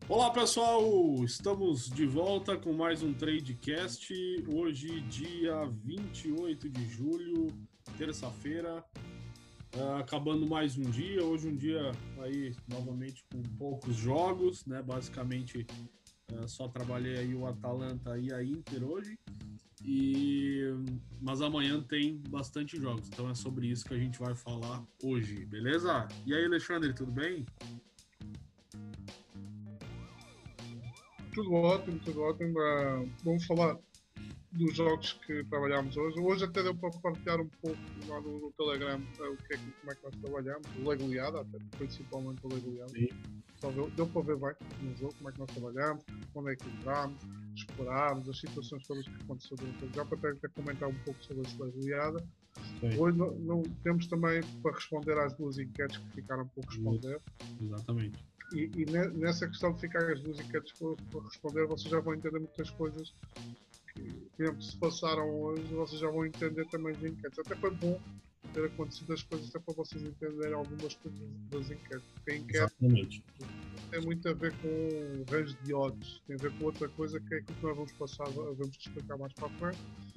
Olá pessoal, estamos de volta com mais um Tradecast, hoje dia 28 de julho, terça-feira, acabando mais um dia, hoje um dia aí novamente com poucos jogos, né, basicamente só trabalhei aí o Atalanta e a Inter hoje, mas amanhã tem bastante jogos, então é sobre isso que a gente vai falar hoje, beleza? E aí Alexandre, tudo bem? Tudo ótimo, tudo ótimo. Vamos falar dos jogos que trabalhámos hoje. Hoje até deu para partilhar um pouco lá no Telegram como é que nós trabalhámos, o Lei Goleada, até principalmente o Lei Goleada. Só deu para ver bem no jogo como é que nós trabalhámos, onde é que entramos, explorámos, as situações todas que aconteceram durante o jogo. Já para até comentar um pouco sobre essa Lei Goleada. Hoje não temos também para responder às duas enquetes que ficaram por responder. Exatamente. E nessa questão de ficar as duas enquetes para responder, vocês já vão entender muitas coisas que, por exemplo, se passaram hoje, vocês já vão entender também as enquetes. Até foi bom ter acontecido as coisas, até para vocês entenderem algumas coisas das enquetes. Porque a enquete Exatamente. tem muito a ver com range de odds, tem a ver com outra coisa que é aquilo que nós vamos passar, vamos explicar mais para a frente.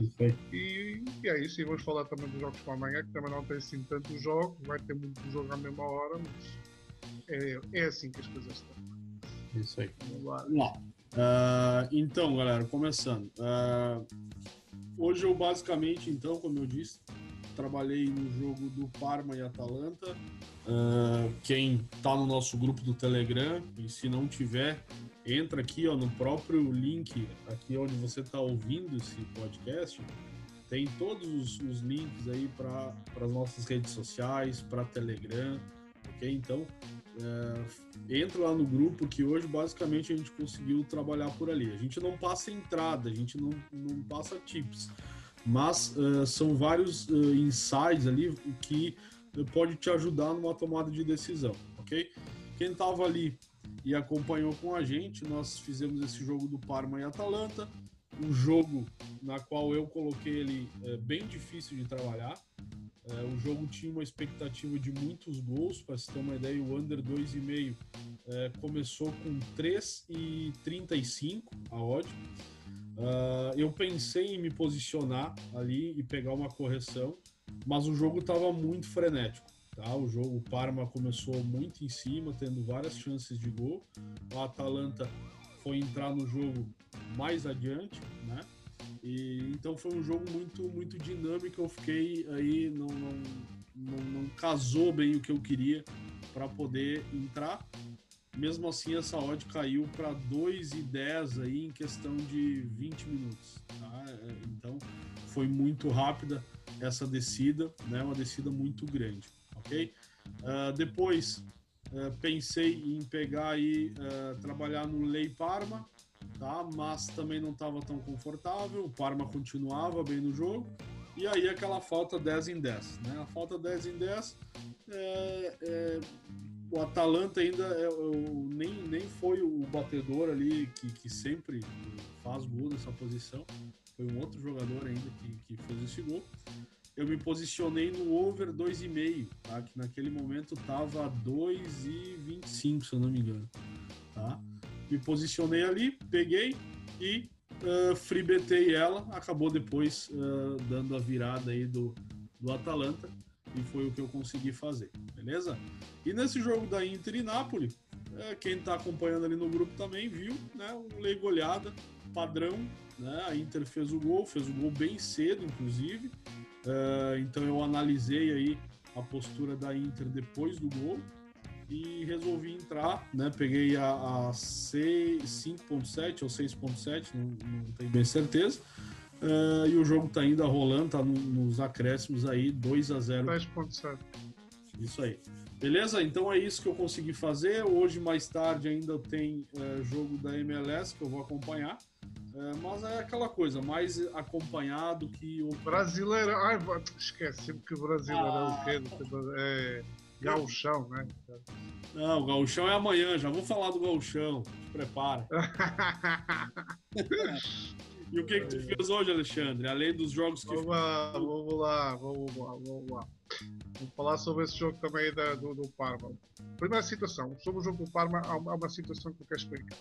E é isso, e vamos falar também dos jogos para amanhã, que também não tem assim tantos jogos, vai ter muito jogo à mesma hora, mas é assim que as coisas estão. Isso aí. Vamos lá. Então, galera, começando. Hoje eu basicamente, então, como eu disse, trabalhei no jogo do Parma e Atalanta. Quem está no nosso grupo do Telegram, e se não tiver, entra aqui no próprio link, aqui onde você está ouvindo esse podcast, tem todos os links aí para as nossas redes sociais, para Telegram, ok? Então, entra lá no grupo que hoje basicamente a gente conseguiu trabalhar por ali. A gente não passa entrada, a gente não passa tips, mas são vários insights ali que pode te ajudar numa tomada de decisão, ok? Quem estava ali e acompanhou com a gente, nós fizemos esse jogo do Parma e Atalanta, um jogo na qual eu coloquei ele bem difícil de trabalhar. O jogo tinha uma expectativa de muitos gols, para você ter uma ideia, o under 2,5 começou com 3,35 a odd. Eu pensei em me posicionar ali e pegar uma correção, mas o jogo estava muito frenético. Tá? O Parma começou muito em cima, tendo várias chances de gol. O Atalanta foi entrar no jogo mais adiante, né? Então foi um jogo muito dinâmico. Eu fiquei aí, não casou bem o que eu queria para poder entrar. Mesmo assim, essa odd caiu para 2,10 aí em questão de 20 minutos. Tá? Então foi muito rápida essa descida, né? Uma descida muito grande, ok? Depois pensei em pegar aí, trabalhar no Lei Parma, tá? Mas também não estava tão confortável, o Parma continuava bem no jogo, e aí aquela falta 10 em 10, né? A falta 10 em 10, o Atalanta ainda nem foi o batedor ali que sempre faz gol nessa posição, foi um outro jogador ainda que fez esse gol. Eu me posicionei no over 2,5, tá? Que naquele momento estava 2,25, se eu não me engano, tá? Me posicionei ali, peguei e freebetei ela, acabou depois dando a virada aí do Atalanta, e foi o que eu consegui fazer, beleza? E nesse jogo da Inter e Napoli, quem está acompanhando ali no grupo também viu, né, um lei goleada padrão, né? A Inter fez o gol bem cedo, inclusive. Então eu analisei aí a postura da Inter depois do gol e resolvi entrar, né? Peguei a 5.7 ou 6.7, não tenho bem certeza. E o jogo tá ainda rolando, tá nos acréscimos aí, 2-0. 10.7. Isso aí. Beleza? Então é isso que eu consegui fazer. Hoje, mais tarde, ainda tem jogo da MLS que eu vou acompanhar. Mas é aquela coisa, mais acompanhado que o Brasileiro. Ai, esquece sempre que o brasileiro é o quê? É gauchão, né? Não, o gauchão é amanhã, já vou falar do gauchão. Te prepara. E o que tu fez hoje, Alexandre? Além dos jogos que... Vamos lá. Vou falar sobre esse jogo também do Parma. Primeira situação, sobre o jogo do Parma, há uma situação que eu quero explicar.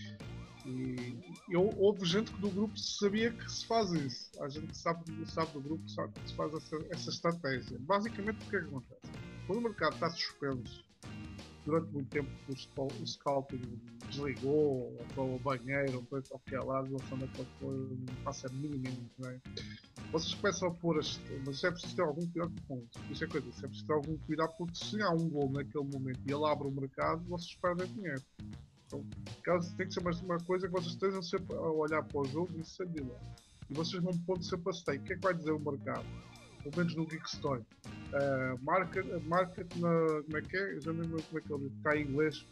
Houve gente do grupo que sabia que se faz isso. Há gente que sabe do grupo que sabe que se faz essa estratégia. Basicamente, o que é que acontece? Quando o mercado está suspenso, durante muito tempo o scouting desligou, ou foi ao banheiro, ou foi a qualquer lado, não sei onde é que ele foi, não faço a mínima ideia. Vocês começam a pôr mas é preciso ter algum cuidado com isso. Isso é coisa, é preciso ter algum cuidado porque se há um gol naquele momento e ele abre o mercado, vocês perdem dinheiro. Então, caso tem que ser uma coisa que vocês estejam sempre a olhar para o jogo e saber lá. E vocês vão pondo sempre a stake. O que é que vai dizer o mercado? Pelo menos no Geekstore. Market na. Como é que é? Eu já nem lembro como é que ele diz. Está em inglês.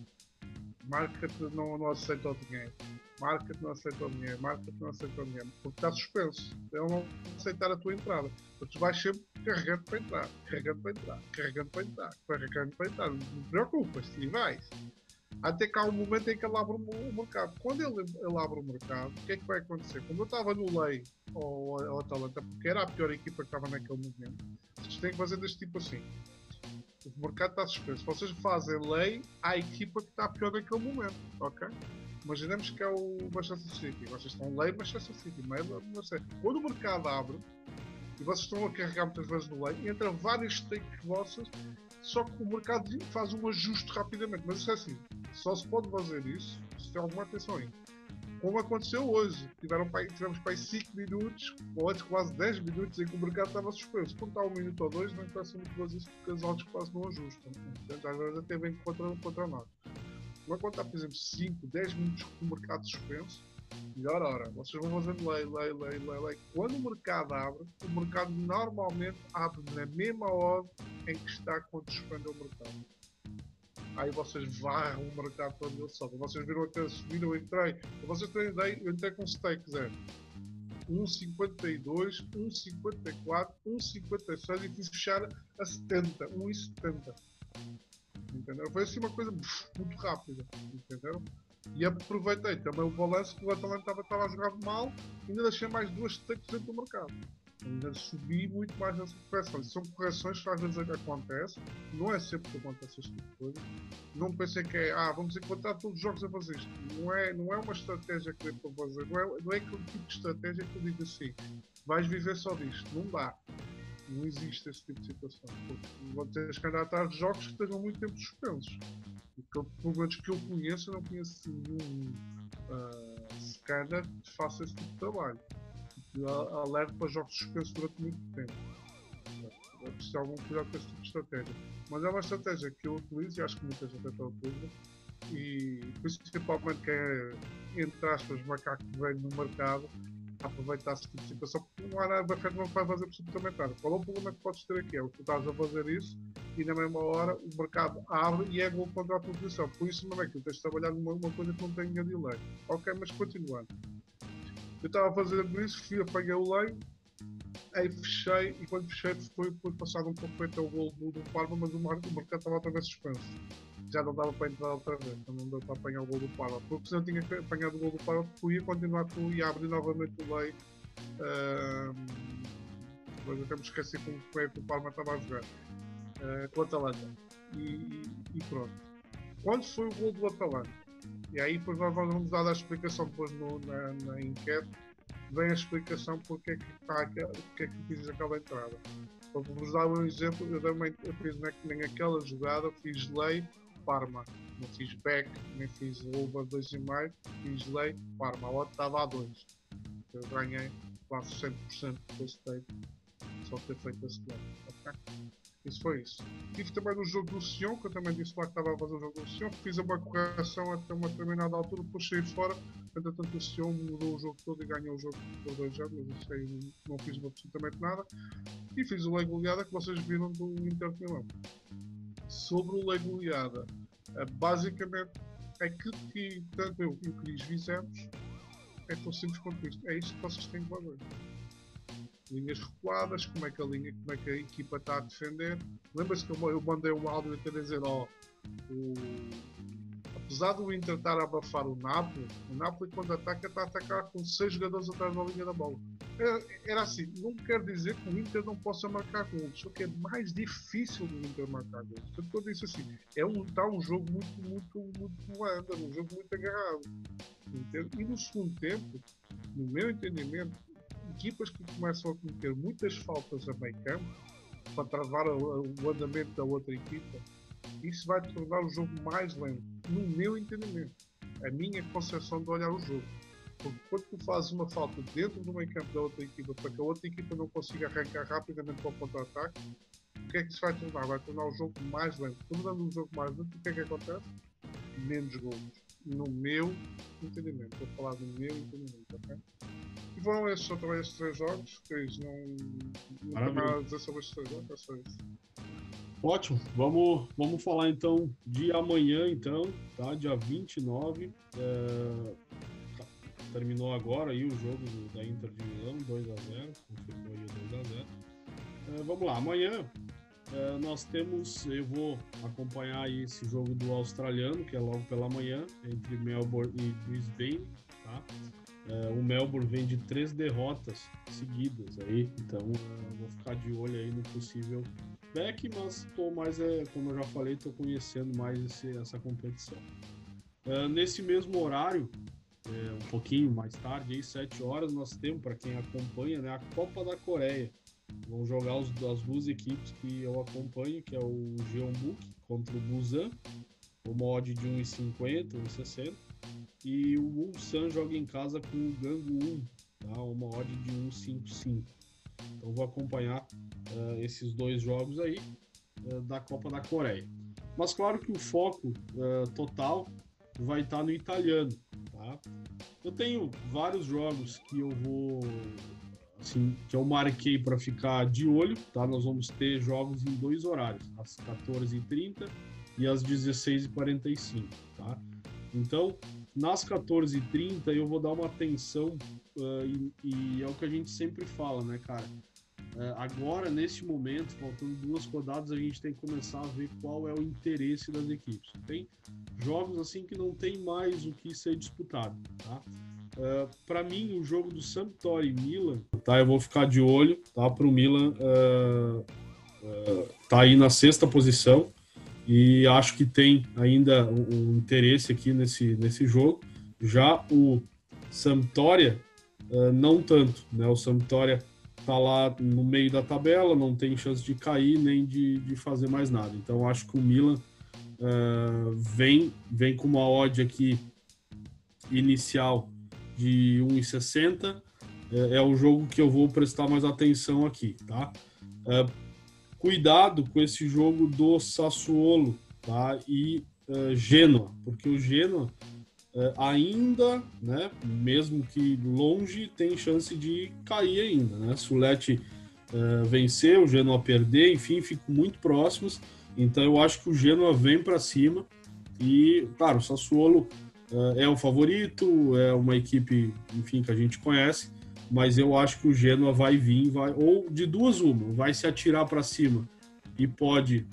Market não aceita o dinheiro. Market não aceita o dinheiro. Market não aceita o dinheiro. Porque está suspenso. Ele não aceitar a tua entrada. Porque tu vais sempre carregando para entrar. Carregando para entrar. Carregando para entrar. Carregando para entrar. Não te preocupas. E vais. Até que há um momento em que ele abre o mercado. Quando ele abre o mercado, o que é que vai acontecer? Como eu estava no Lei ou Atalanta, porque era a pior equipa que estava naquele momento, vocês têm que fazer deste tipo assim. O mercado está suspenso. Vocês fazem Lei à equipa que está pior naquele momento, ok? Imaginemos que é o Manchester City. Vocês estão Lei Manchester City. Quando o mercado abre, e vocês estão a carregar muitas vezes no Lei, entra vários stakes vossas, só que o mercado faz um ajuste rapidamente. Mas isso é assim, só se pode fazer isso se tem alguma atenção aí. Como aconteceu hoje, tivemos para aí 5 minutos, ou antes quase 10 minutos, em que o mercado estava suspenso. Quando está 1 minuto ou 2, não interessa muito fazer isso, porque as odds quase não ajustam. Portanto, às vezes até vem contra nós. Mas quando está, por exemplo, 5, 10 minutos com o mercado suspenso, melhor hora. Vocês vão fazendo lei. Quando o mercado abre, o mercado normalmente abre na mesma hora em que está quando suspende o mercado. Aí vocês varram o mercado quando ele sobe. Vocês viram até subir, eu entrei. Vocês têm ideia, eu entrei com stake zero. 1,52, 1,54, 1,56 e fui fechar a 70, 1,70. Entenderam? Foi assim uma coisa muito rápida. Entenderam? E aproveitei também o balanço que o Atalanta estava a jogar mal e ainda deixei mais 2 stakes dentro do mercado. Ainda subi muito mais nessa correção. São correções que às vezes acontecem, não é sempre que acontece este tipo de coisa. Não pensei que é, vamos encontrar todos os jogos a fazer isto. Não é uma estratégia que dê para fazer, não é aquele tipo de estratégia que eu digo assim, vais viver só disto. Não dá. Não existe esse tipo de situação. Porque vão ter que andar atrás de jogos que estejam muito tempo suspensos. Pelo menos que eu conheço, eu não conheço nenhum scanner que faça esse tipo de trabalho. Alerta para jogos suspensos durante muito tempo. É preciso ter algum cuidado com esse tipo de estratégia. Mas é uma estratégia que eu utilizo e acho que muita gente até utiliza. E principalmente quem é, entre aspas, macaco que vem no mercado, aproveitar esse tipo de situação, porque não há nada que não vai fazer absolutamente nada. Qual é o problema que podes ter aqui? É que tu estás a fazer isso e na mesma hora o mercado abre e é gol contra a tua posição. Por isso mesmo é que tu tens de trabalhar numa coisa que não tenha delay. Ok, mas continuando. Eu estava fazendo isso, apaguei o leio, aí fechei e quando fechei foi passado um pouco feito o gol do Parma, mas o mercado estava outra vez suspenso. Já não dava para entrar outra vez, então não deu para apanhar o gol do Parma. Porque se eu tinha apanhado o gol do Parma, ia continuar e abrir novamente o leio. Mas eu até me esqueci como é que o Parma estava a jogar com o Atalanta. E pronto. Quando foi o gol do Atalanta? E aí depois nós vamos dar a explicação depois na enquete, vem a explicação porque é que fiz aquela entrada. Para vos dar um exemplo, eu fiz nem aquela jogada, fiz lei, Parma. Não fiz back, nem fiz over 2,5, fiz lei, Parma. A outra estava a 2. Eu ganhei quase 100% do stake, só ter feito esse plano. Okay? Isso foi isso. Tive também no jogo do Sion, que eu também disse lá que estava a fazer o jogo do Sion, fiz uma correção até uma determinada altura, depois saí fora, entretanto o Sion mudou o jogo todo e ganhou o jogo por 2 anos, mas isso aí não fiz absolutamente nada. E fiz o lei goleada que vocês viram do Inter de Milão. Sobre o lei goleada, basicamente aquilo que tanto eu e o Cris fizemos é tão simples quanto isto. É isto que vocês têm que fazer. Linhas recuadas, como é que a equipa está a defender. Lembra-se que eu mandei um áudio a dizer, a apesar do Inter estar a abafar o Napoli quando ataca está a atacar com 6 jogadores atrás da linha da bola. Era assim, não quer dizer que o Inter não possa marcar gols, só que é mais difícil do Inter marcar gols. Portanto, eu disse assim, está um jogo muito blando, um jogo muito agarrado. E no segundo tempo, no meu entendimento, equipas que começam a cometer muitas faltas a meio campo para travar o andamento da outra equipa, isso vai tornar o jogo mais lento, no meu entendimento, a minha concepção de olhar o jogo. Porque quando tu fazes uma falta dentro do meio campo da outra equipa para que a outra equipa não consiga arrancar rapidamente para o contra-ataque, o que é que isso vai tornar? Vai tornar o jogo mais lento. Tornando o jogo mais lento, o que é que acontece? Menos golos. No meu entendimento. Estou a falar do meu entendimento, ok? E foram esses, só também estes 3 jogos, que eles não tem nada a dizer sobre estes 3 jogos, é só isso. Ótimo, vamos falar então de amanhã, então, tá? Dia 29, terminou agora aí o jogo da Inter de Milão, 2-0, confirmou aí o 2-0. Vamos lá, amanhã nós temos, eu vou acompanhar aí esse jogo do australiano, que é logo pela manhã, entre Melbourne e Brisbane, tá? O Melbourne vem de 3 derrotas seguidas aí, então eu vou ficar de olho aí no possível back, mas como eu já falei, estou conhecendo mais essa competição. Nesse mesmo horário, um pouquinho mais tarde, aí 7 horas, nós temos, para quem acompanha, né, a Copa da Coreia. Vão jogar as 2 equipes que eu acompanho, que é o Jeonbuk contra o Busan, uma odd de 1,50, 1,60, e o Ulsan joga em casa com o Gangwon, tá? Uma odd de 1,55. Então vou acompanhar esses 2 jogos aí da Copa da Coreia. Mas claro que o foco total vai estar no italiano, tá? Eu tenho vários jogos que eu vou, assim, que eu marquei para ficar de olho, tá? Nós vamos ter jogos em 2 horários, às 14h30 e às 16h45, tá? Então, nas 14h30 eu vou dar uma atenção e é o que a gente sempre fala, né, cara? Agora, neste momento, faltando 2 rodadas, a gente tem que começar a ver qual é o interesse das equipes. Tem jogos assim que não tem mais o que ser disputado, tá? Para mim, o jogo do Sampdoria e Milan, tá? Eu vou ficar de olho, tá? Para o Milan tá aí na 6ª posição e acho que tem ainda um interesse aqui nesse jogo. Já o Sampdoria, não tanto, né? O Sampdoria tá lá no meio da tabela, não tem chance de cair nem de fazer mais nada. Então acho que o Milan vem com uma odd aqui inicial de 1,60. É o jogo que eu vou prestar mais atenção aqui, tá? Cuidado com esse jogo do Sassuolo, tá? E Genoa, porque o Genoa ainda, né, mesmo que longe, tem chance de cair ainda, né? Se o Lecce vencer, o Genoa perder, enfim, ficam muito próximos. Então eu acho que o Genoa vem para cima e, claro, o Sassuolo é o favorito, é uma equipe, enfim, que a gente conhece, mas eu acho que o Genoa vai vir, ou de 2 uma, vai se atirar para cima e pode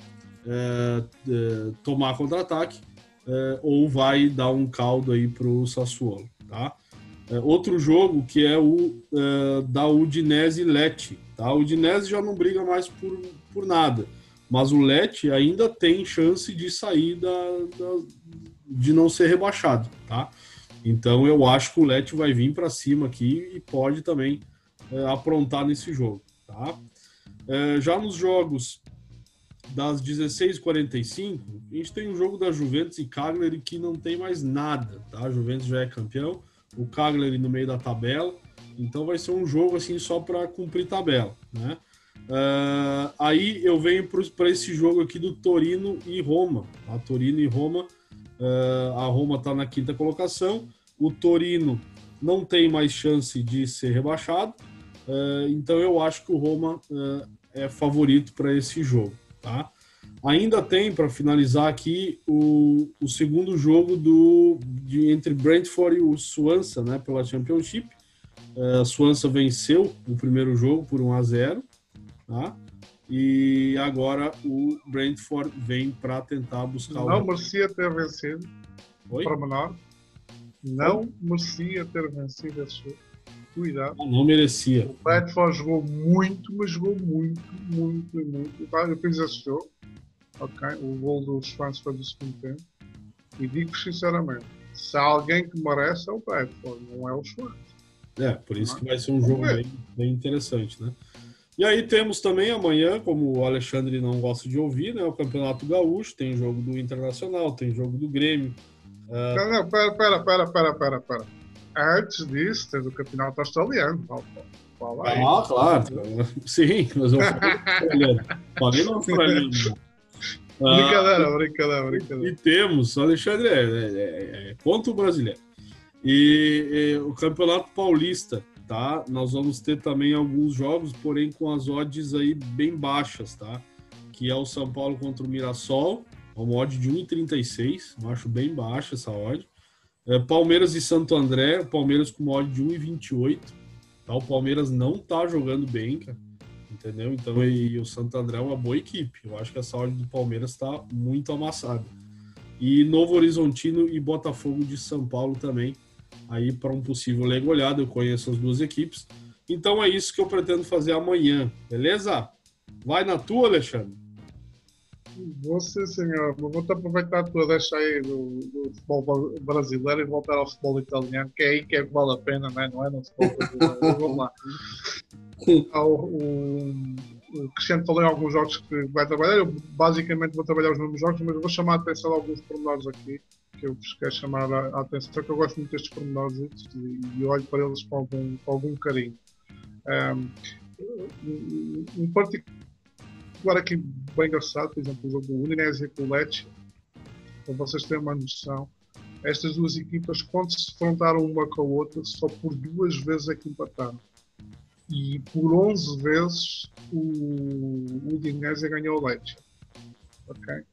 tomar contra-ataque, ou vai dar um caldo aí pro Sassuolo, tá? Outro jogo que é o da Udinese e Lecce, tá? O Udinese já não briga mais por nada, mas o Lecce ainda tem chance de sair de não ser rebaixado, tá? Então eu acho que o Lecce vai vir para cima aqui e pode também aprontar nesse jogo, tá? Já nos jogos das 16h45, a gente tem um jogo da Juventus e Cagliari que não tem mais nada, tá? A Juventus já é campeão, o Cagliari no meio da tabela, então vai ser um jogo assim só para cumprir tabela, né? Aí eu venho para esse jogo aqui do Torino e Roma, tá? Torino e Roma, a Roma está na 5ª colocação, o Torino não tem mais chance de ser rebaixado, então eu acho que o Roma é favorito para esse jogo, tá? Ainda tem, para finalizar aqui, o segundo jogo entre Brentford e o Swansea, né, pela Championship. Swansea venceu o primeiro jogo por 1-0, tá? E agora o Brentford vem para tentar buscar não merecia ter vencido. Oi? pormenor, não merecia ter vencido esse jogo. Cuidado. Não merecia. O Bradford jogou muito, mas jogou muito, muito, muito. Eu fiz esse jogo, ok? O gol dos fãs foi do segundo tempo. E digo sinceramente, se há alguém que merece é o Bradford, não é o Schwartz. Por isso que vai ser um jogo bem interessante, né? E aí temos também amanhã, como o Alexandre não gosta de ouvir, né? O Campeonato Gaúcho, tem jogo do Internacional, tem jogo do Grêmio. Não, pera. Antes disso, tens o Campeonato Australiano. Fala aí. Claro. Sim, mas eu falei australiano. Falei no australiano. Brincadeira. E temos, Alexandre, contra o brasileiro. E o Campeonato Paulista, tá? Nós vamos ter também alguns jogos, porém com as odds aí bem baixas, tá? Que é o São Paulo contra o Mirassol, uma odd de 1,36, eu acho bem baixa essa odd. Palmeiras e Santo André, Palmeiras com uma odd de 1,28, tá? O Palmeiras não tá jogando bem, cara, entendeu? Então, e o Santo André é uma boa equipe. Eu acho que essa odd do Palmeiras tá muito amassada. E Novo Horizontino e Botafogo de São Paulo também, aí para um possível legolhado. Eu conheço as duas equipes. Então é isso que eu pretendo fazer amanhã, beleza? Vai na tua, Alexandre. Você, senhor, vou-te aproveitar a tua deixa aí do futebol brasileiro e voltar ao futebol italiano, que é aí que vale a pena, não é no futebol brasileiro. Vamos lá. O Cristiano falou em alguns jogos que vai trabalhar. Eu basicamente vou trabalhar os mesmos jogos, mas eu vou chamar a atenção a alguns pormenores aqui que eu vos quero chamar a atenção, que eu gosto muito destes pormenores e olho para eles com algum carinho. Um particular aqui bem engraçado, por exemplo, o jogo do Udinese com o Lecce, para vocês terem uma noção, estas duas equipas, quando se enfrentaram uma com a outra, só por 2 vezes é que empataram. E por 11 vezes o Udinese ganhou o Lecce. Okay?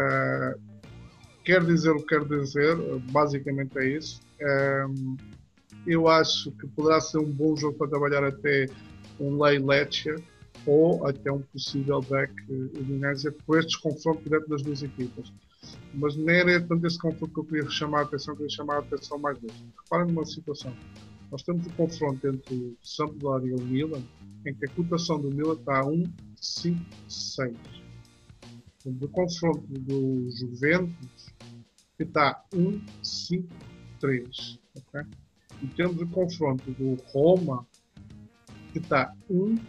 Quer dizer o que quer dizer, basicamente é isso. Eu acho que poderá ser um bom jogo para trabalhar até um Lei Lecce ou até um possível deck Udinese por estes confrontos direto das duas equipas. Mas nem era tanto esse confronto que eu queria chamar a atenção, queria chamar a atenção mais deste. Reparem numa situação. Nós temos o confronto entre o Sampdoria e o Milan, em que a cotação do Milan está a 1,56. Temos o confronto do Juventus, que está a 1,53. Okay? E temos o confronto do Roma, que está a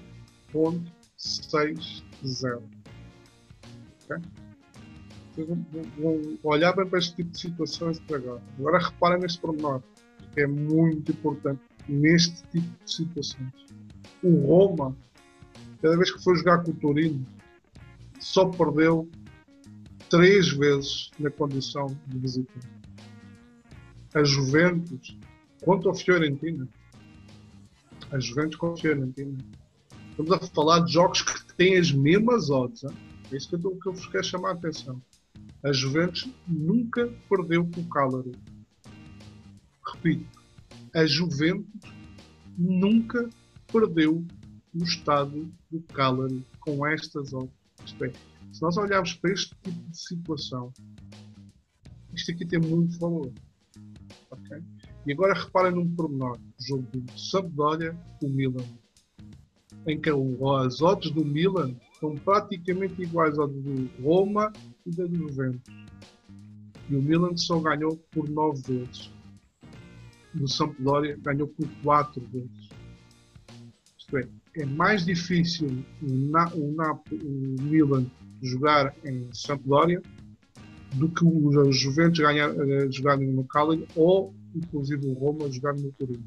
1,60. Okay? Vocês vão olhar bem para este tipo de situações para agora. Agora reparem neste pormenor, que é muito importante neste tipo de situações. O Roma, cada vez que foi jogar com o Torino, só perdeu 3 vezes na condição de visitante. A Juventus contra o Fiorentina. Estamos a falar de jogos que têm as mesmas odds. Hein? É isso que eu vos quero chamar a atenção. A Juventus nunca perdeu com o Cagliari. Repito, a Juventus nunca perdeu no estádio do Cagliari com estas odds. Isto é, se nós olharmos para este tipo de situação, isto aqui tem muito valor. Okay? E agora reparem num pormenor, o jogo do Sampdoria com o Milan, em que as odds do Milan são praticamente iguais às do Roma e da do Juventus. E o Milan só ganhou por 9 vezes. No Sampdoria ganhou por 4 vezes. Isto é mais difícil o Milan jogar em Sampdoria do que os Juventus jogarem no Cagliari ou inclusive o Roma jogar no Torino.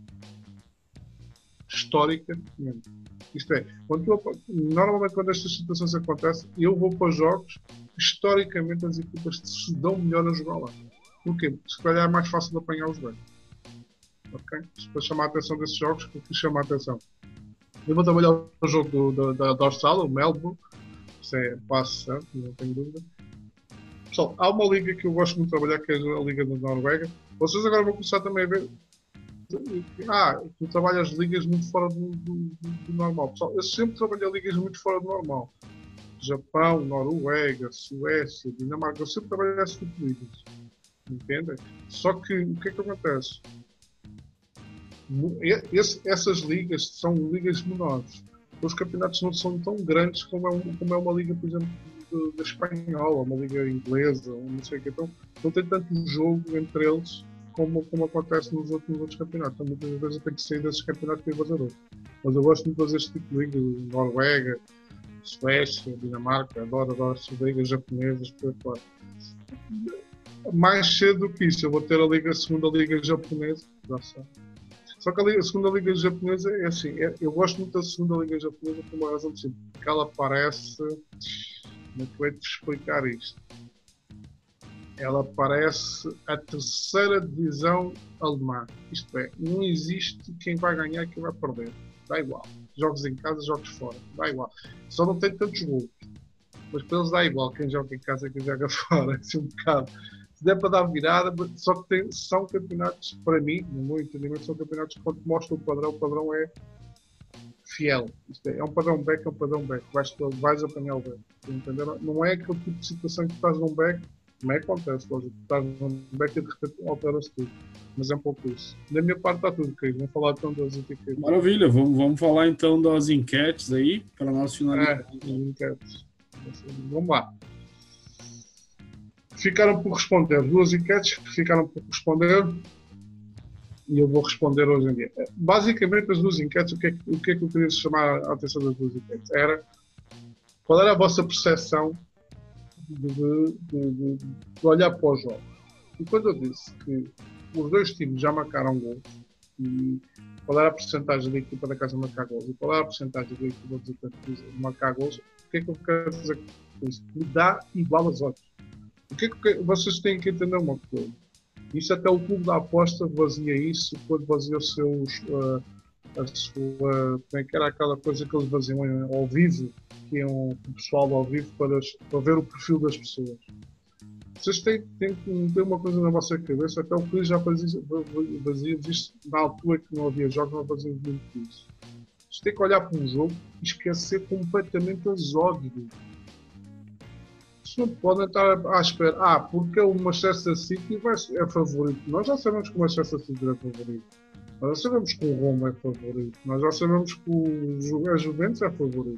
Historicamente. Isto é, normalmente quando estas situações acontecem, eu vou para os jogos, historicamente as equipas se dão melhor a jogar lá. Porquê? Porque se calhar é mais fácil de apanhar os bem. Ok? Para chamar a atenção desses jogos, que eu quis chamar a atenção. Eu vou trabalhar o jogo da Austrália, o Melbourne. Isso é passo certo, não tenho dúvida. Pessoal, há uma liga que eu gosto muito de trabalhar, que é a Liga da Noruega. Vocês agora vão começar também a ver. Tu trabalhas ligas muito fora do normal. Pessoal, eu sempre trabalhei ligas muito fora do normal. Japão, Noruega, Suécia, Dinamarca. Eu sempre trabalhei esse tipo de ligas. Entendem? Só que o que é que acontece? Essas ligas são ligas menores. Os campeonatos não são tão grandes como é uma liga, por exemplo, da espanhola, uma liga inglesa, não sei o que. Então, não tem tanto jogo entre eles como acontece nos outros campeonatos. Então, muitas vezes eu tenho que sair desses campeonatos para ir fazer outros. Mas eu gosto muito de fazer este tipo de liga, Noruega, Suécia, Dinamarca, adoro estas ligas japonesas, por aí fora. Mais cedo do que isso, eu vou ter a segunda liga japonesa, já sabe. Só que a segunda liga japonesa é assim, eu gosto muito da segunda liga japonesa por uma razão simples, porque ela parece, como é que eu hei de explicar isto? Ela parece a terceira divisão alemã, isto é, não existe quem vai ganhar e quem vai perder, dá igual. Jogos em casa, jogos fora, dá igual. Só não tem tantos gols, mas para eles dá igual, quem joga em casa e quem joga fora, é assim um bocado. Se der para dar virada, só que são campeonatos, para mim, no meu entendimento, são campeonatos que quando mostram o padrão é fiel. Isto é um padrão back, é um padrão back. Vais apanhar o back. Entenderam? Não é aquele tipo de situação que tu estás num back, também acontece, lógico, tu estás num back e de repente altera-se tudo. Mas é um pouco isso. Da minha parte está tudo, Cris. Vamos falar então das etiquetas. Maravilha, vamos falar então das enquetes aí, para nós finalizar. Enquetes. Vamos lá. Ficaram por responder. Duas enquetes que ficaram por responder e eu vou responder hoje em dia. Basicamente, as duas enquetes, o que é que eu queria chamar a atenção das duas enquetes? Era qual era a vossa percepção de olhar para o jogo. E quando eu disse que os dois times já marcaram gols e qual era a porcentagem da equipa da casa marcar gols e qual era a porcentagem da equipa de marcar gols, o que é que eu quero dizer com isso? Me dá igual as outras. O que é que vocês têm que entender uma coisa? Isso até o clube da aposta vazia isso quando vazia os seus a sua, como é que era aquela coisa que eles faziam ao vivo, que iam o pessoal ao vivo para ver o perfil das pessoas. Vocês têm que ter uma coisa na vossa cabeça, até o Cris já fazia isto na altura que não havia jogos, não fazíamos muito isso. Vocês têm que olhar para um jogo e esquecer completamente as odds. Não podem estar à espera. Porque o Manchester City é favorito. Nós já sabemos que o Manchester City é favorito. Nós já sabemos que o Roma é favorito. Nós já sabemos que a Juventus é favorito.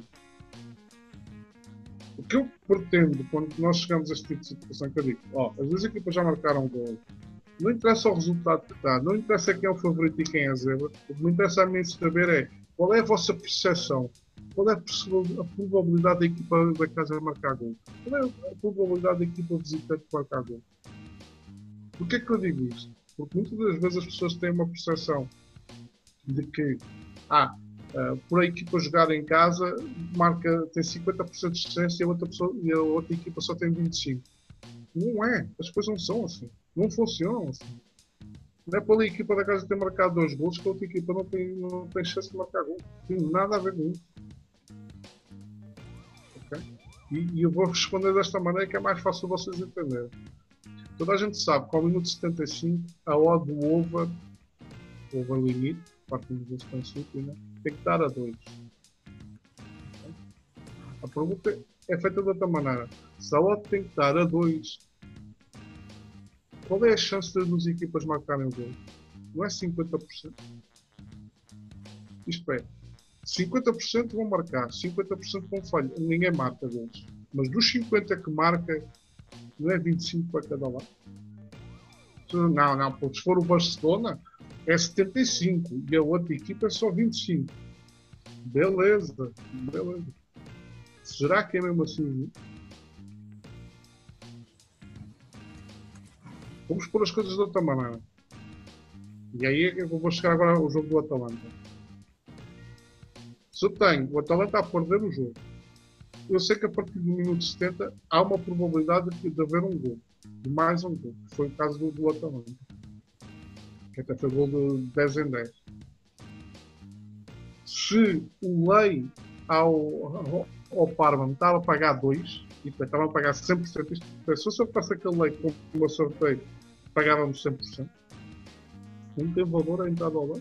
O que eu pretendo quando nós chegamos a este tipo de situação que eu digo, as duas equipas já marcaram gol. Não interessa o resultado que está, não interessa quem é o favorito e quem é a zebra. O que me interessa a mim saber é qual é a vossa percepção. Qual é a probabilidade da equipa da casa marcar gol? Qual é a probabilidade da equipa visitante marcar gol? Por que é que eu digo isto? Porque muitas das vezes as pessoas têm uma percepção de que por a equipa jogar em casa tem 50% de distância e a outra equipa só tem 25%. Não é. As coisas não são assim. Não funcionam assim. Não é pela equipa da casa ter marcado 2 gols que a outra equipa não tem chance de marcar gol. Não tem nada a ver com isso. E eu vou responder desta maneira que é mais fácil vocês entenderem. Toda a gente sabe que ao minuto 75 a odd do over limite, partindo do princípio, né, tem que estar a 2. A pergunta é feita de outra maneira. Se a odd tem que estar a 2, qual é a chance das duas equipas marcarem o gol? Não é 50%. Isto é, 50% vão marcar, 50% vão falhar. Ninguém marca gols. Mas dos 50 que marca, não é 25 para cada lado? Não, porque se for o Barcelona, é 75 e a outra equipa é só 25. Beleza. Será que é mesmo assim? Vamos pôr as coisas de outra maneira. E aí é que eu vou chegar agora ao jogo do Atalanta. Se eu tenho o Atalanta a perder o jogo, eu sei que a partir do minuto 70 há uma probabilidade de haver um gol, de mais um gol, que foi o caso do Atalanta, que até foi gol de 10 em 10. Se o Lei ao Parma me estava a pagar 2, e estava a pagar 100%, isto, se eu faço aquele Lei com uma sorteio, pagávamos 100%. Não tem valor a entrada ao Lei.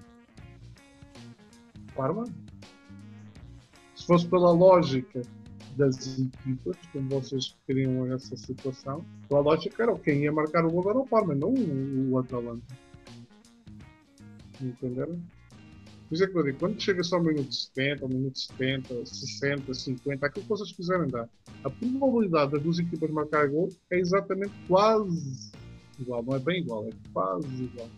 Parma. Se fosse pela lógica das equipas, como vocês queriam essa situação, a lógica era quem ia marcar o gol era o Parma, não o Atalanta. Entenderam? Por isso é que eu digo, quando chega só ao minuto 70, ao minuto 70, 60, 50, aquilo que vocês quiserem dar, a probabilidade das duas equipas marcar gol é exatamente quase igual, não é bem igual, é quase igual.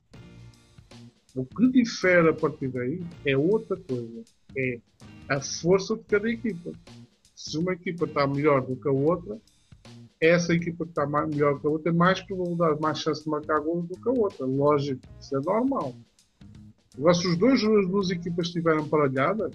O que difere a partir daí é outra coisa, é a força de cada equipa. Se uma equipa está melhor do que a outra, essa equipa que está melhor do que a outra tem mais probabilidade, mais chance de marcar gol do que a outra. Lógico, isso é normal. Agora, se as duas equipas estiverem parelhadas,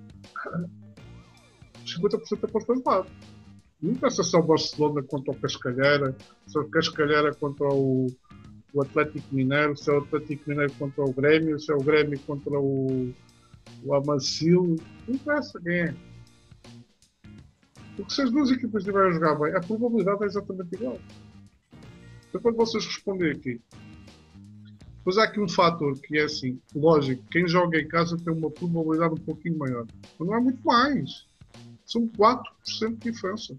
50% é para os dois lados. Não pensa só o Barcelona contra o Cascalheira, se o Cascalheira contra o Atlético Mineiro, se é o Atlético Mineiro contra o Grêmio, se é o Grêmio contra o Amacil. Não interessa quem é. Porque se as duas equipas estiverem a jogar bem, a probabilidade é exatamente igual. Então, quando vocês respondem aqui, depois há aqui um fator que é assim, lógico, quem joga em casa tem uma probabilidade um pouquinho maior. Mas não é muito mais. São 4% de diferença.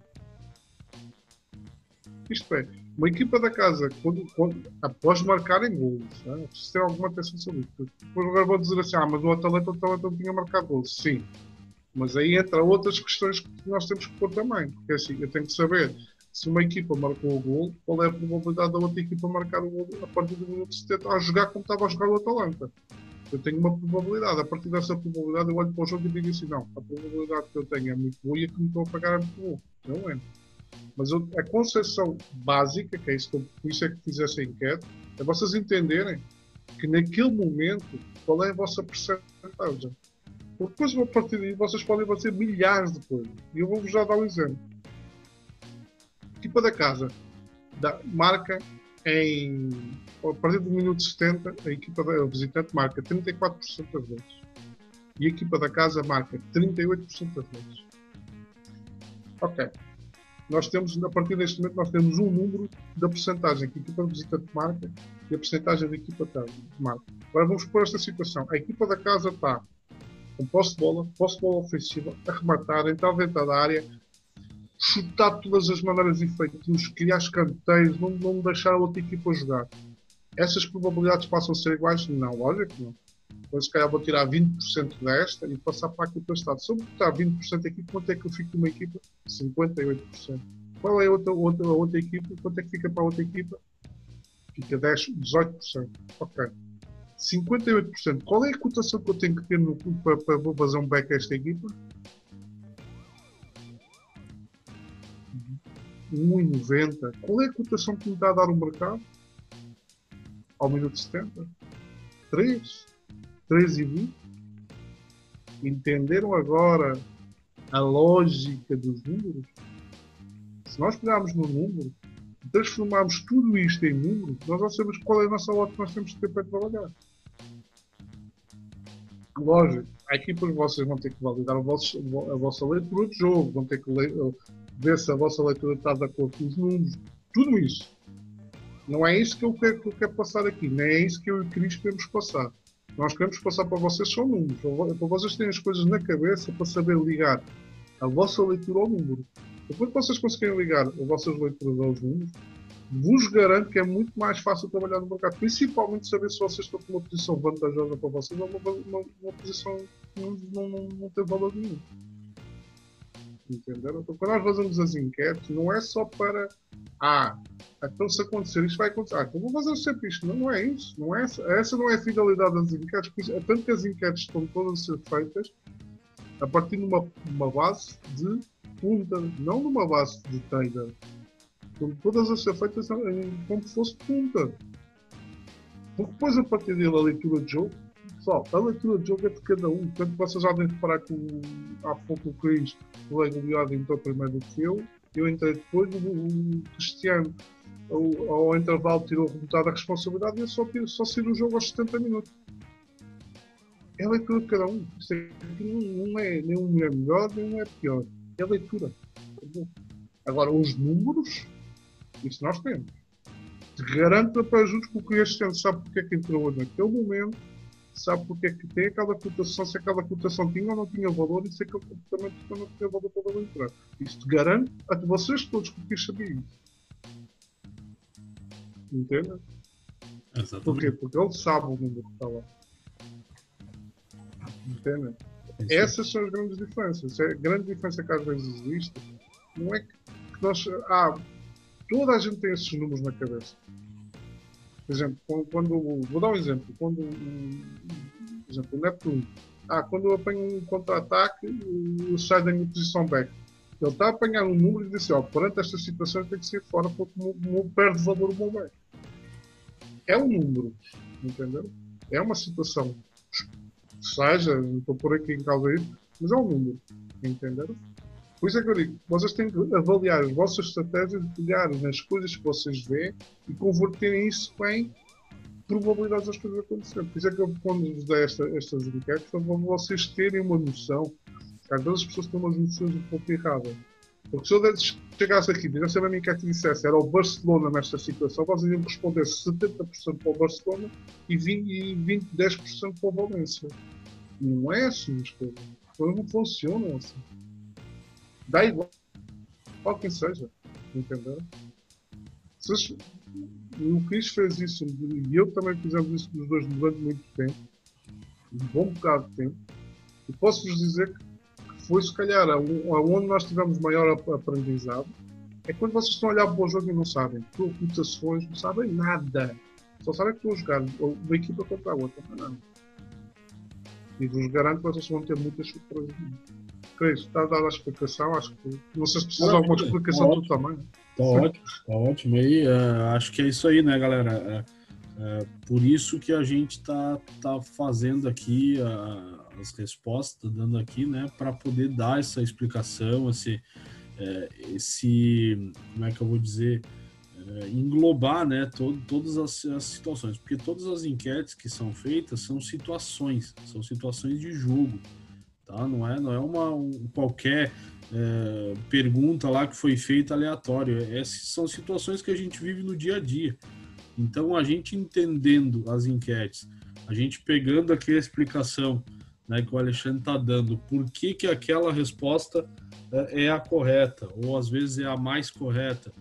Isto é, uma equipa da casa, após marcarem golos, né? Preciso ter alguma atenção sobre isso. Depois agora vou dizer assim, mas o Atalanta não tinha marcado golos. Sim. Mas aí entra outras questões que nós temos que pôr também. Porque assim, eu tenho que saber se uma equipa marcou o gol, qual é a probabilidade da outra equipa marcar o gol a partir do minuto 70 a jogar como estava a jogar o Atalanta. Eu tenho uma probabilidade. A partir dessa probabilidade eu olho para o jogo e digo assim, não, a probabilidade que eu tenho é muito boa e a que me estou a pagar é muito boa. Não é. Mas a concepção básica, que é isso, por isso é que fiz essa enquete, é vocês entenderem que naquele momento qual é a vossa percentagem. Porque depois, a partir daí, vocês podem fazer milhares de coisas. E eu vou-vos já dar um exemplo. A equipa da casa marca a partir do minuto 70, a equipa da visitante marca 34% das vezes. E a equipa da casa marca 38% das vezes. Ok. Nós temos, a partir deste momento, nós temos um número da percentagem que a equipa visitante marca e a percentagem da equipa da marca. Agora vamos pôr esta situação. A equipa da casa está com posse de bola ofensiva, a rematar, entrar dentro da área, chutar de todas as maneiras e feitios, criar escanteios, não deixar a outra equipa jogar. Essas probabilidades passam a ser iguais? Não, lógico que não. Então, se calhar vou tirar 20% desta e passar para a equipa de Estado. Se eu botar 20% aqui, quanto é que eu fico numa equipa? 58%. Qual é a outra equipa? Quanto é que fica para a outra equipa? Fica 18%. Ok. 58%. Qual é a cotação que eu tenho que ter no clube para vou fazer um back a esta equipa? 1,90. Qual é a cotação que me está a dar o mercado? Ao minuto 70? 3? 3,20? Entenderam agora a lógica dos números? Se nós pegarmos no número, transformarmos tudo isto em números, nós já sabemos qual é a nossa lógica que nós temos que ter para trabalhar. Lógico, há equipas vocês vão ter que validar a vossa leitura de jogo, vão ter que ver se a vossa leitura está de acordo com os números, tudo isso. Não é isso que eu quero passar aqui, nem é isso que eu e o Cris queremos passar. Nós queremos passar para vocês só números, para vocês terem as coisas na cabeça para saber ligar a vossa leitura ao número. Depois que vocês conseguirem ligar as vossas leituras aos números, vos garanto que é muito mais fácil trabalhar no mercado, principalmente saber se vocês estão numa posição vantajosa para vocês ou uma posição que não tem valor nenhum. Entenderam? Então, quando nós fazemos as enquetes, não é só para então se acontecer, isto vai acontecer. Então vou fazer sempre isto. Não é isso. Não é essa não é a fidelidade das enquetes. É tanto que as enquetes estão todas a ser feitas a partir de uma base de punta, não numa base de trader. Estão todas a ser feitas como se fosse punta. Porque depois, a partir dele, a leitura de jogo, pessoal, a leitura de jogo é de cada um. Portanto, vocês já devem reparar que há pouco o Cris, o colega Leonardo, entrou primeiro do que eu entrei depois, o Cristiano, ao intervalo, tirou metade da responsabilidade e eu só saí do jogo aos 70 minutos. É a leitura de cada um. Isto aqui não é nenhum é melhor, nem é pior. É a leitura. Agora, os números, isso nós temos. Te garanto para juntos que o Cristiano sabe porque é que entrou naquele momento, sabe porque é que tem aquela cotação, se aquela cotação tinha ou não tinha valor e se aquele comportamento não tinha valor para ele entrar. Isto garante a que vocês todos que sabiam isso. Entende? Exatamente. Porquê? Porque ele sabe o número que está lá. Entende? Essas são as grandes diferenças. A grande diferença que às vezes existe não é que nós. Toda a gente tem esses números na cabeça. Por exemplo, vou dar um exemplo. Por exemplo, o Neptune. Quando eu apanho um contra-ataque, eu saio da minha posição back. Ele está a apanhar um número e diz assim, perante estas situações tem que ser fora porque perde valor o meu back. É um número, entendeu? É uma situação. Seja, não estou por aqui em causa isso, mas é um número, entenderam? Por isso é que eu digo, vocês têm que avaliar as vossas estratégias, pegar nas coisas que vocês veem e converterem isso em probabilidades das coisas acontecerem. Por isso é que eu, quando vos dei estas enquetes, para vocês terem uma noção, às vezes as pessoas têm umas noções um pouco erradas. Porque se eu chegasse aqui, dissesse a minha enquete e dissesse era o Barcelona nesta situação, vocês iam responder 70% para o Barcelona e 10% para o Valência. Não é assim as coisas. As coisas não funcionam assim. Dá igual quem seja. Entenderam? O Cris fez isso e eu também fizemos isso dos dois durante muito tempo. Um bom bocado de tempo. E posso-vos dizer que foi, se calhar, onde nós tivemos maior aprendizado, é quando vocês estão a olhar para o jogo e não sabem cotações, não sabem nada. Só sabem que estão a jogar uma equipa contra a outra, não é nada. E vos garanto que vocês vão ter muitas surpresas. Cris, está a dar a explicação, acho que não sei se precisa de alguma explicação do tamanho. Está ótimo. Aí, acho que é isso aí, né, galera? Por isso que a gente está fazendo aqui as respostas, dando aqui, né, para poder dar essa explicação, como é que eu vou dizer, englobar, né, todas as situações, porque todas as enquetes que são feitas são situações de jogo, tá? Não é uma qualquer pergunta lá que foi feita aleatório, são situações que a gente vive no dia a dia. Então, a gente entendendo as enquetes, a gente pegando aqui a explicação, né, que o Alexandre está dando, por que aquela resposta é a correta, ou às vezes é a mais correta.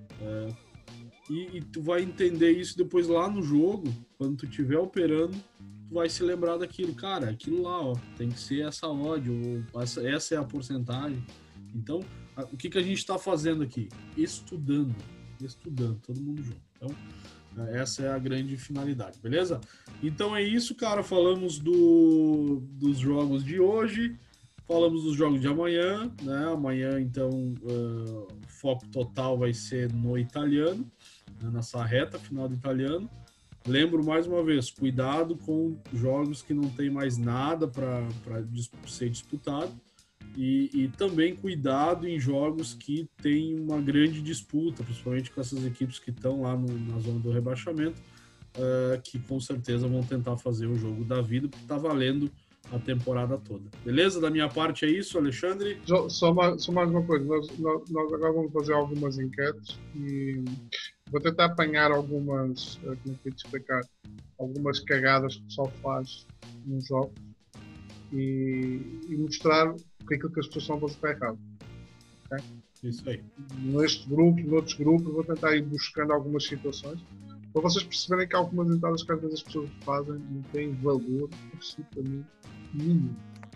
E tu vai entender isso depois lá no jogo, quando tu estiver operando, tu vai se lembrar daquilo. Cara, aquilo lá, ó, tem que ser essa odd, ou essa é a porcentagem. Então, o que a gente está fazendo aqui? Estudando, todo mundo junto. Então, essa é a grande finalidade, beleza? Então é isso, cara. Falamos dos jogos de hoje, falamos dos jogos de amanhã, né? Amanhã, então, o foco total vai ser no italiano, né? Nessa reta final do italiano. Lembro mais uma vez, cuidado com jogos que não tem mais nada para ser disputado. E também cuidado em jogos que tem uma grande disputa, principalmente com essas equipes que estão lá na zona do rebaixamento, que com certeza vão tentar fazer o jogo da vida, porque está valendo a temporada toda. Beleza? Da minha parte é isso, Alexandre? Só mais uma coisa, nós agora vamos fazer algumas enquetes e vou tentar apanhar algumas, como é que eu te explicar, algumas cagadas que o pessoal faz nos jogos e mostrar que aquilo que as pessoas estão a fazer está errado. Okay? Isso aí. Neste grupo, noutros grupos, vou tentar ir buscando algumas situações para vocês perceberem que há algumas entradas que às vezes as pessoas fazem não têm valor absolutamente nenhum.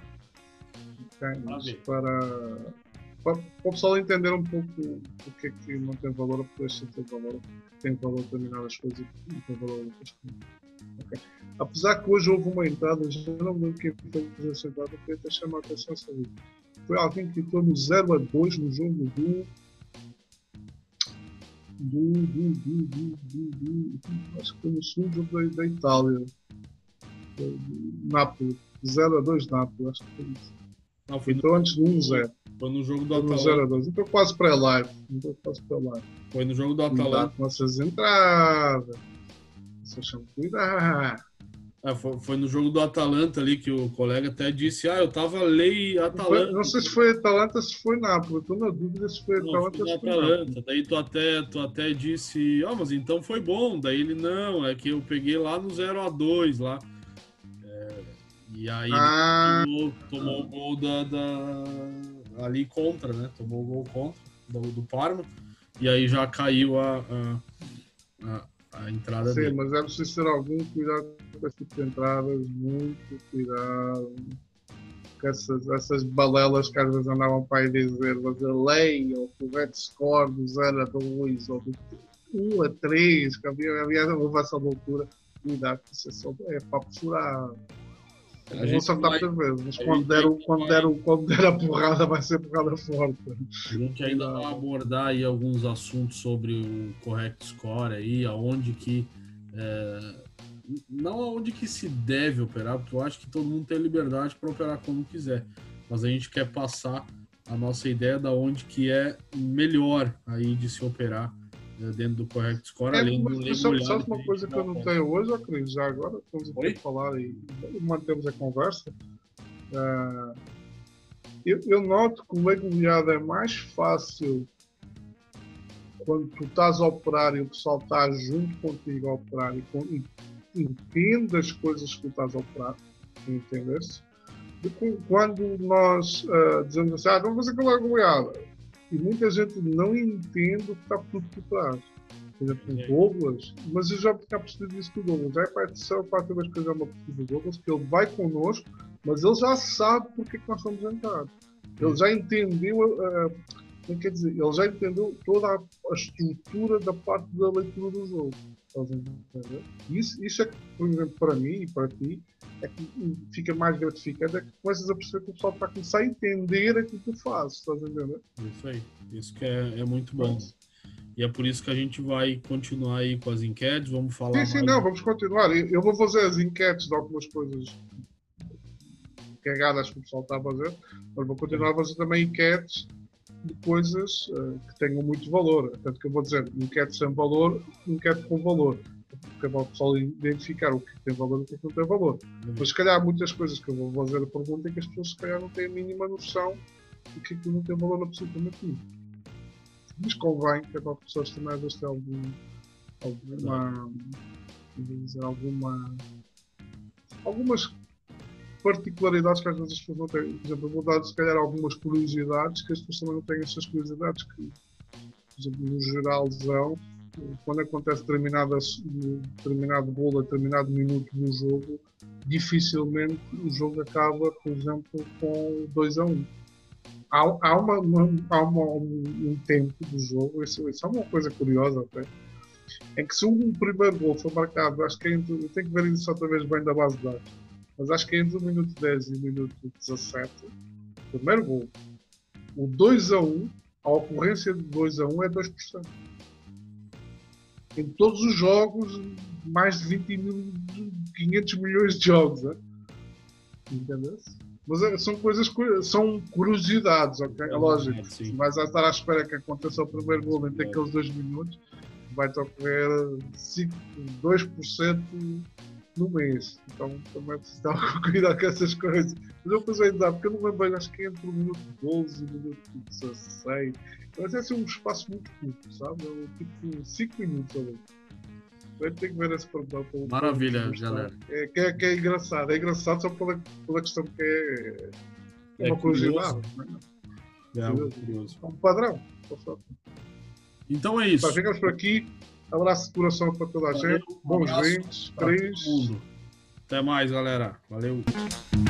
Okay? Para o pessoal entender um pouco o que é que não tem valor, porque deixa de ter valor, tem valor determinadas coisas e não tem valor outras coisas. Okay? Apesar que hoje houve uma entrada, já não me lembro quem fez essa entrada, eu queria até chamar a atenção sobre isso. Foi alguém que entrou no 0-2 no jogo acho que foi no segundo jogo da Itália, Nápoles, 0-2 Nápoles, acho que foi isso. Não, foi então antes do 1-0. Foi no jogo do Atalanta. 0-2, então quase pré-live. Foi no jogo do Atalanta. Com essas entradas. Vocês chamam cuidado. Foi no jogo do Atalanta ali que o colega até disse, eu tava lei Atalanta. Não sei se foi Atalanta ou se foi Nápoles, estou na dúvida se foi Atalanta ou se foi Nápoles. Daí tu até disse, mas então foi bom. Daí ele, não, é que eu peguei lá no 0-2 lá. E aí Ah, tomou o gol ali contra, né? Tomou o gol contra do Parma. E aí já caiu a entrada sim, dele. mas é preciso ter algum cuidado com esse tipo de entradas, muito cuidado. Com essas balelas que às vezes andavam para aí dizer, fazer lei, ou correto score do 0 a 2, ou do 1 a 3, que houve essa loucura. Cuidado, que isso é para furar. É A bom gente acertar vai, muitas vezes, mas a gente ainda quando der a porrada, vai ser porrada forte. A gente ainda vai Cuidado. abordar aí alguns assuntos sobre o correct score aí, aonde que não aonde que se deve operar, porque eu acho que todo mundo tem liberdade para operar como quiser, mas a gente quer passar a nossa ideia da onde que é melhor aí de se operar dentro do correct score, É, além do mas legulhado sabe que a uma gente coisa que dá eu não conta. tenho hoje, ó, Cris, já agora, estamos aqui Oi? a falar e mantemos a conversa. Eu noto que o legulhado é mais fácil quando tu estás a operar e o pessoal está junto contigo a operar e entende as coisas que tu estás a operar, entendeste? Quando nós dizemos assim, vamos fazer com a legulhada, e muita gente não entende o que está tudo por trás. Por exemplo, o Douglas, mas eu já tinha percebido isso do Douglas. Já é para a terceira ou quarta vez que eu já me apercebi do Douglas, que ele vai connosco, mas ele já sabe porque é que nós somos entrados. Ele já entendeu, quer dizer, ele já entendeu toda a estrutura da parte da leitura do jogo. Isso é que, por exemplo, para mim e para ti, é que fica mais gratificante, é que começas a perceber que o pessoal está a começar a entender aquilo que tu fazes, estás a entender? Isso aí, isso que é muito bom. Pronto. E é por isso que a gente vai continuar aí com as enquetes, vamos falar Sim, mais. não, vamos continuar. Eu vou fazer as enquetes de algumas coisas cagadas que o pessoal está a fazer, mas vou continuar a fazer também enquetes de coisas que tenham muito valor. Tanto que eu vou dizer enquete sem valor, enquete com valor. Porque é para o pessoal identificar o que tem valor e o que não tem valor. Mas se calhar há muitas coisas que eu vou fazer a pergunta é que as pessoas se calhar não têm a mínima noção de que aquilo não tem valor absolutamente nenhum. Mas convém que as pessoas também às vezes tenham algumas particularidades que às vezes as pessoas não têm. Por exemplo, eu vou dar se calhar algumas curiosidades que as pessoas também não têm essas curiosidades que, por exemplo, no geralzão, quando acontece determinado gol a determinado minuto do jogo, dificilmente o jogo acaba, por exemplo, com 2-1. Há um tempo do jogo, isso é uma coisa curiosa até, em que se um primeiro gol for marcado, acho que eu tenho que ver isso outra vez bem da base de dados, mas acho que é entre o minuto 10 e o minuto 17, o primeiro gol, o 2-1, a ocorrência de 2-1 é 2%. Em todos os jogos, mais de 500 milhões de jogos, né? Entendeu? Mas são coisas, são curiosidades, ok? É lógico. Se vais a estar à espera que aconteça o primeiro gol entre aqueles 2 minutos, vai-te ocorrer 2% no mês. Então também é preciso dar cuidado com essas coisas. Mas eu depois ainda, porque eu não lembro, acho que é entre o minuto 12 e o minuto 16. Mas é assim um espaço muito curto, sabe? Tipo 5 minutos ali. Eu tenho que ver esse problema. Maravilha, galera. Que é engraçado. É engraçado só pela questão que é uma curiosidade. É muito curioso. É um padrão. Então é isso. Ficamos por aqui. Abraço de coração para toda a gente. Bons vindos. Até mais, galera. Valeu.